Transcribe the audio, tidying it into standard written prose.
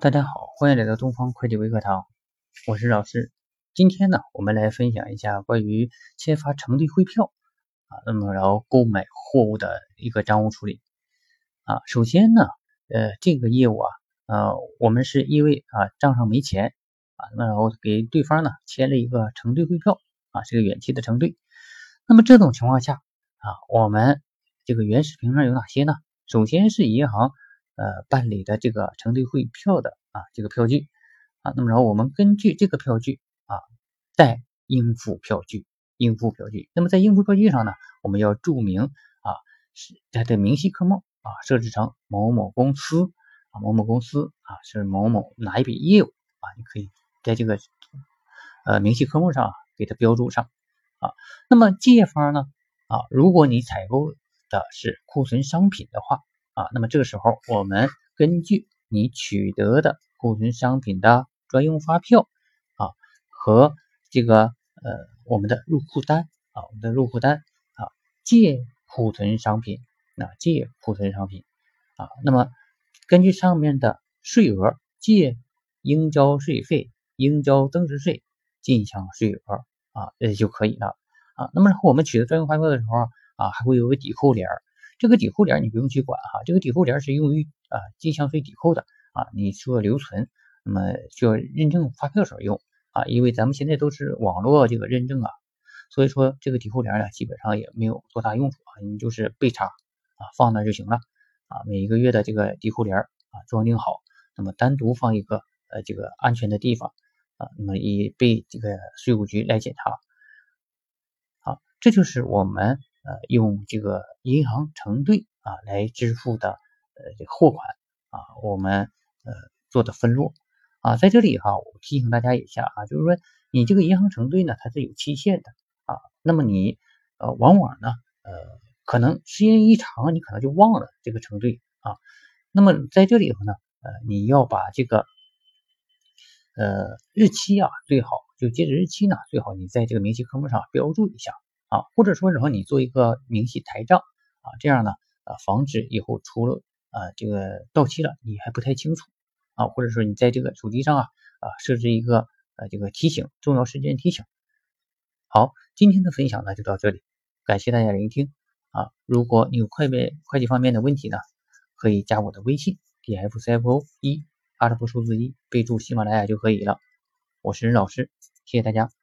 大家好，欢迎来到东方会计微课堂，我是老师。今天呢，我们来分享一下关于签发承兑汇票然后购买货物的一个账务处理首先呢，这个业务我们是因为账上没钱然后给对方呢签了一个承兑汇票是个远期的承兑。那么这种情况下我们这个原始凭证有哪些呢？首先是银行办理的这个承兑汇票的这个票据那么然后我们根据这个票据再应付票据。那么在应付票据上呢，我们要注明是它的明细科目设置成某某公司是某某哪一笔业务你可以在这个明细科目上给它标注上那么借方呢如果你采购的是库存商品的话那么这个时候我们根据你取得的库存商品的专用发票和这个我们的入库单借库存商品那么根据上面的税额借应交税费、应交增值税进项税额就可以了那么我们取得专用发票的时候还会有个抵扣联，这个抵扣联你不用去管这个抵扣联是用于进项税抵扣的你说留存，那么需要认证发票时候用因为咱们现在都是网络这个认证所以说这个抵扣联呢基本上也没有多大用处你就是备查放那就行了每一个月的这个抵扣联装订好，那么单独放一个这个安全的地方那么以被这个税务局来检查。这就是我们用这个银行承兑来支付的这个货款我们做的分落在这里我提醒大家一下就是说你这个银行承兑呢它是有期限的那么你往往呢可能时间一长你可能就忘了这个承兑那么在这里头呢你要把这个日期最好就截止日期呢最好你在这个明细科目上标注一下或者说然后你做一个明细台账这样呢防止以后出了这个到期了你还不太清楚或者说你在这个手机上设置一个这个提醒，重要事件提醒。好，今天的分享呢就到这里，感谢大家聆听如果你有会计方面的问题呢，可以加我的微信 DFCFO1 阿拉伯数字1，备注喜马拉雅就可以了。我是任老师，谢谢大家。